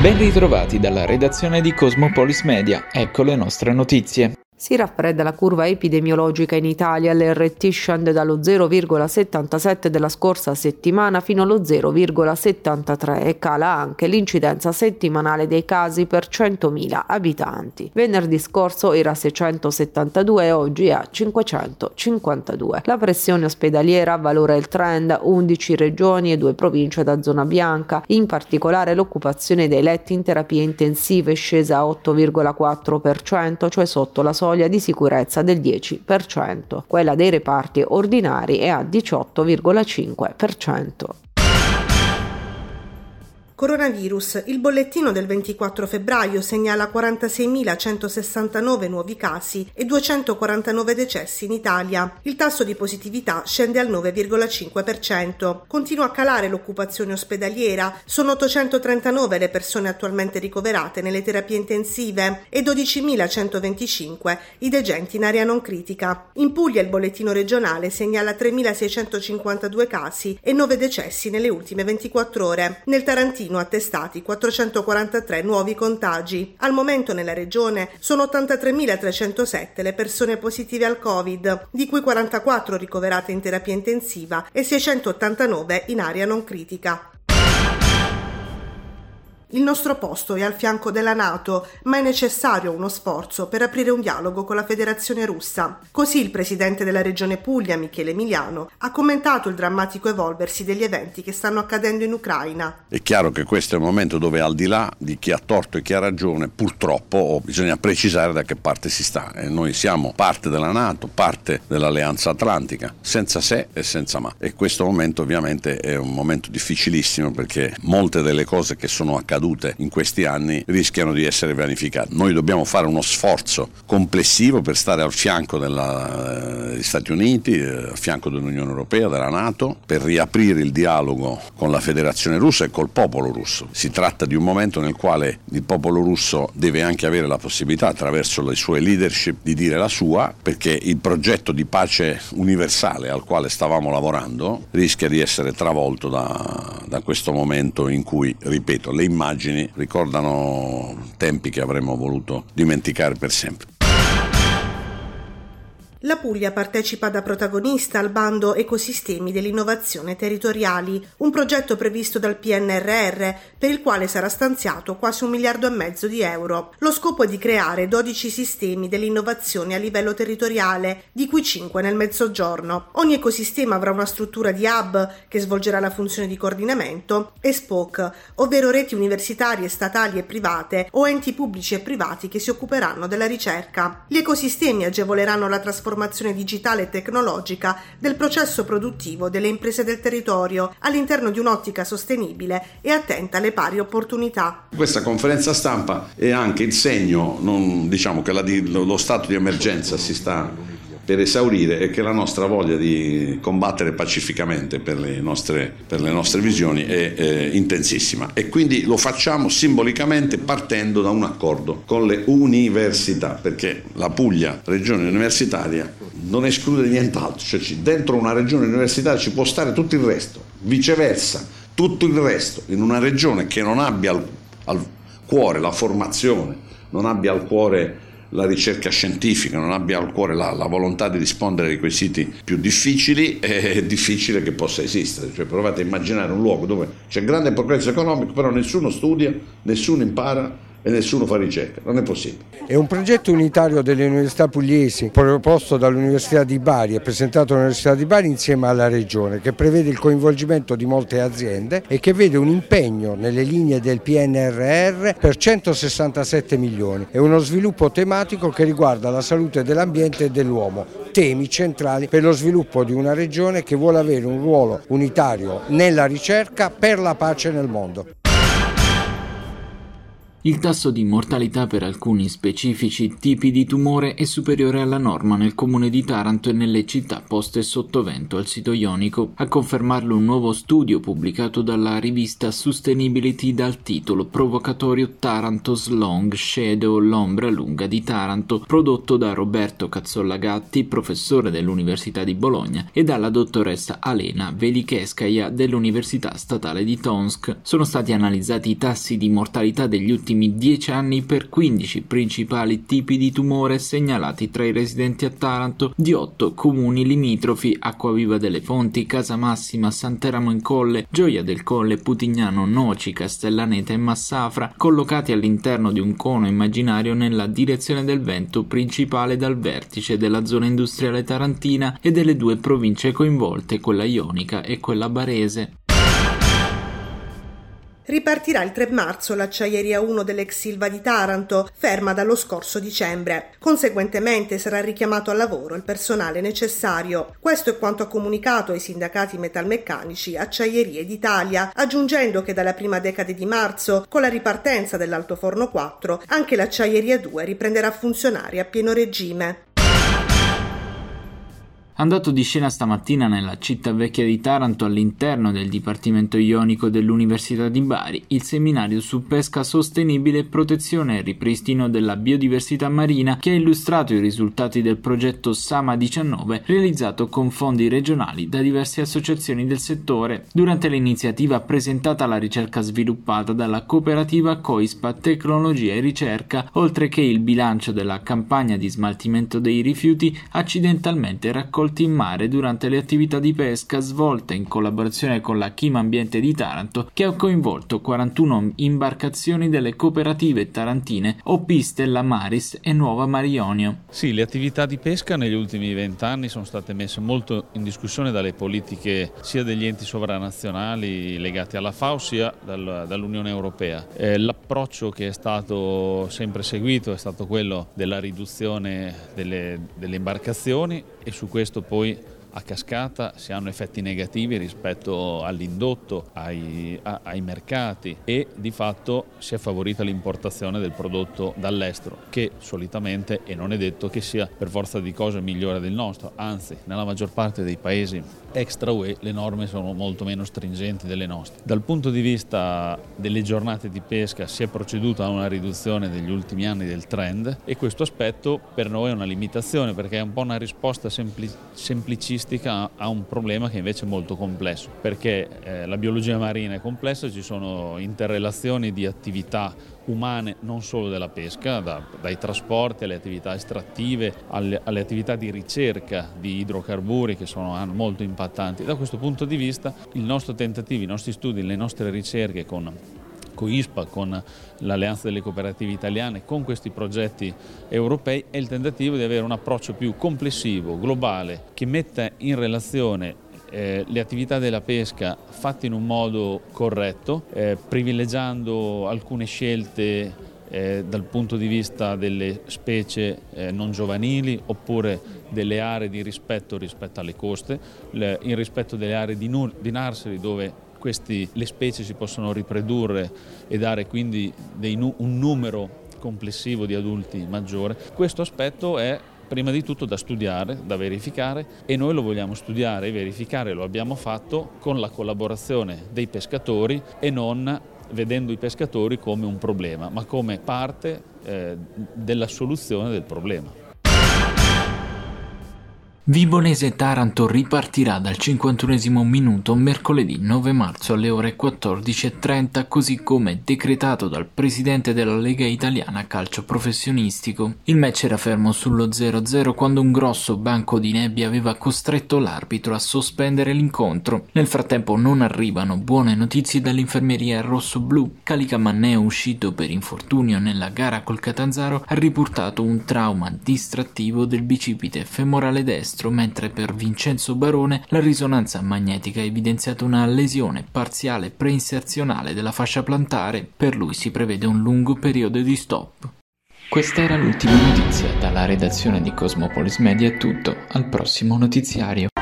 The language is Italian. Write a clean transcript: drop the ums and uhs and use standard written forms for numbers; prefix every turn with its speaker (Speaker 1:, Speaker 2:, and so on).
Speaker 1: Ben ritrovati dalla redazione di Cosmopolis Media, ecco le nostre notizie.
Speaker 2: Si raffredda la curva epidemiologica in Italia, l'RT scende dallo 0,77 della scorsa settimana fino allo 0,73 e cala anche l'incidenza settimanale dei casi per 100.000 abitanti. Venerdì scorso era a 672 e oggi è a 552. La pressione ospedaliera avvalora il trend, 11 regioni e 2 province da zona bianca, in particolare l'occupazione dei letti in terapie intensive è scesa a 8,4%, cioè sotto la soglia di sicurezza del 10%. Quella dei reparti ordinari è a 18,5%.
Speaker 3: Coronavirus. Il bollettino del 24 febbraio segnala 46.169 nuovi casi e 249 decessi in Italia. Il tasso di positività scende al 9,5%. Continua a calare l'occupazione ospedaliera. Sono 839 le persone attualmente ricoverate nelle terapie intensive e 12.125 i degenti in area non critica. In Puglia il bollettino regionale segnala 3.652 casi e 9 decessi nelle ultime 24 ore. Nel Tarantino attestati 443 nuovi contagi. Al momento nella regione sono 83.307 le persone positive al Covid, di cui 44 ricoverate in terapia intensiva e 689 in area non critica. Il nostro posto è al fianco della NATO, ma è necessario uno sforzo per aprire un dialogo con la Federazione Russa. Così il presidente della regione Puglia, Michele Emiliano, ha commentato il drammatico evolversi degli eventi che stanno accadendo in Ucraina.
Speaker 4: È chiaro che questo è un momento dove, al di là di chi ha torto e chi ha ragione, purtroppo bisogna precisare da che parte si sta. E noi siamo parte della NATO, parte dell'Alleanza Atlantica, senza se e senza ma. E questo momento ovviamente è un momento difficilissimo, perché molte delle cose che sono accadute in questi anni rischiano di essere vanificate. Noi dobbiamo fare uno sforzo complessivo per stare al fianco degli Stati Uniti, al fianco dell'Unione Europea, della NATO, per riaprire il dialogo con la Federazione Russa e col popolo russo. Si tratta di un momento nel quale il popolo russo deve anche avere la possibilità, attraverso le sue leadership, di dire la sua, perché il progetto di pace universale al quale stavamo lavorando rischia di essere travolto da questo momento in cui, ripeto, le immagini ricordano tempi che avremmo voluto dimenticare per sempre.
Speaker 3: La Puglia partecipa da protagonista al bando Ecosistemi dell'innovazione territoriali, un progetto previsto dal PNRR per il quale sarà stanziato quasi 1,5 miliardi di euro. Lo scopo è di creare 12 sistemi dell'innovazione a livello territoriale, di cui 5 nel Mezzogiorno. Ogni ecosistema avrà una struttura di hub che svolgerà la funzione di coordinamento e spoke, ovvero reti universitarie, statali e private o enti pubblici e privati che si occuperanno della ricerca. Gli ecosistemi agevoleranno la trasformazione digitale e tecnologica del processo produttivo delle imprese del territorio all'interno di un'ottica sostenibile e attenta alle pari opportunità.
Speaker 4: Questa conferenza stampa è anche il segno, diciamo che lo stato di emergenza si sta per esaurire e che la nostra voglia di combattere pacificamente per le nostre visioni è intensissima, e quindi lo facciamo simbolicamente partendo da un accordo con le università, perché la Puglia, regione universitaria, non esclude nient'altro, cioè dentro una regione universitaria ci può stare tutto il resto, viceversa tutto il resto in una regione che non abbia al cuore la formazione, non abbia al cuore la ricerca scientifica, non abbia al cuore la volontà di rispondere ai requisiti più difficili, è difficile che possa esistere. Cioè, provate a immaginare un luogo dove c'è grande progresso economico, però nessuno studia, nessuno impara e nessuno fa ricerca, non è possibile.
Speaker 5: È un progetto unitario delle università pugliesi proposto dall'Università di Bari e presentato all'Università di Bari insieme alla Regione, che prevede il coinvolgimento di molte aziende e che vede un impegno nelle linee del PNRR per 167 milioni e uno sviluppo tematico che riguarda la salute dell'ambiente e dell'uomo, temi centrali per lo sviluppo di una regione che vuole avere un ruolo unitario nella ricerca per la pace nel mondo.
Speaker 1: Il tasso di mortalità per alcuni specifici tipi di tumore è superiore alla norma nel comune di Taranto e nelle città poste sotto vento al sito ionico. A confermarlo un nuovo studio pubblicato dalla rivista Sustainability dal titolo provocatorio Taranto's Long Shadow, l'ombra lunga di Taranto, prodotto da Roberto Cazzollagatti, professore dell'Università di Bologna, e dalla dottoressa Alena Velicheskaya dell'Università Statale di Tomsk. Sono stati analizzati i tassi di mortalità degli ultimi 10 anni per 15 principali tipi di tumore segnalati tra i residenti a Taranto di 8 comuni limitrofi: Acquaviva delle Fonti, Casamassima, Santeramo in Colle, Gioia del Colle, Putignano, Noci, Castellaneta e Massafra, collocati all'interno di un cono immaginario nella direzione del vento principale dal vertice della zona industriale tarantina e delle due province coinvolte, quella ionica e quella barese.
Speaker 3: Ripartirà il 3 marzo l'acciaieria 1 dell'ex Silva di Taranto, ferma dallo scorso dicembre. Conseguentemente sarà richiamato al lavoro il personale necessario. Questo è quanto ha comunicato ai sindacati metalmeccanici Acciaierie d'Italia, aggiungendo che dalla prima decade di marzo, con la ripartenza dell'Altoforno 4, anche l'acciaieria 2 riprenderà a funzionare a pieno regime.
Speaker 1: Andato di scena stamattina nella città vecchia di Taranto all'interno del Dipartimento Ionico dell'Università di Bari il seminario su pesca sostenibile, protezione e ripristino della biodiversità marina, che ha illustrato i risultati del progetto Sama 19 realizzato con fondi regionali da diverse associazioni del settore. Durante l'iniziativa presentata la ricerca sviluppata dalla cooperativa Coispa Tecnologia e Ricerca, oltre che il bilancio della campagna di smaltimento dei rifiuti accidentalmente raccolti in mare durante le attività di pesca svolte in collaborazione con la Chima Ambiente di Taranto, che ha coinvolto 41 imbarcazioni delle cooperative tarantine OP Stella Maris e Nuova Marionio.
Speaker 6: Sì, le attività di pesca negli ultimi 20 anni sono state messe molto in discussione dalle politiche sia degli enti sovranazionali legati alla FAO sia dall'Unione Europea. L'approccio che è stato sempre seguito è stato quello della riduzione delle imbarcazioni, e su questo poi a cascata si hanno effetti negativi rispetto all'indotto, ai mercati, e di fatto si è favorita l'importazione del prodotto dall'estero, che solitamente, e non è detto che sia per forza di cose migliore del nostro, anzi nella maggior parte dei paesi extra UE le norme sono molto meno stringenti delle nostre. Dal punto di vista delle giornate di pesca si è proceduto a una riduzione negli ultimi anni del trend, e questo aspetto per noi è una limitazione, perché è un po' una risposta semplicistica a un problema che invece è molto complesso, perché la biologia marina è complessa, ci sono interrelazioni di attività umane non solo della pesca, dai trasporti alle attività estrattive, alle attività di ricerca di idrocarburi che sono molto impattanti. Da questo punto di vista il nostro tentativo, i nostri studi, le nostre ricerche con ISPA, con l'Alleanza delle Cooperative Italiane, con questi progetti europei, è il tentativo di avere un approccio più complessivo, globale, che metta in relazione le attività della pesca fatte in un modo corretto, privilegiando alcune scelte dal punto di vista delle specie non giovanili, oppure delle aree di rispetto alle coste, il rispetto delle aree di nursery dove le specie si possono riprodurre e dare quindi un numero complessivo di adulti maggiore. Questo aspetto è prima di tutto da studiare, da verificare, e noi lo vogliamo studiare e verificare, lo abbiamo fatto con la collaborazione dei pescatori e non vedendo i pescatori come un problema, ma come parte della soluzione del problema.
Speaker 1: Vibonese Taranto ripartirà dal 51esimo minuto mercoledì 9 marzo alle ore 14:30, così come decretato dal presidente della Lega Italiana Calcio Professionistico. Il match era fermo sullo 0-0 quando un grosso banco di nebbia aveva costretto l'arbitro a sospendere l'incontro. Nel frattempo non arrivano buone notizie dall'infermeria rosso-blu. Calica Manneo, uscito per infortunio nella gara col Catanzaro, ha riportato un trauma distrattivo del bicipite femorale destro, mentre per Vincenzo Barone la risonanza magnetica ha evidenziato una lesione parziale preinserzionale della fascia plantare. Per lui si prevede un lungo periodo di stop. Questa era l'ultima notizia. Dalla redazione di Cosmopolis Media è tutto. Al prossimo notiziario.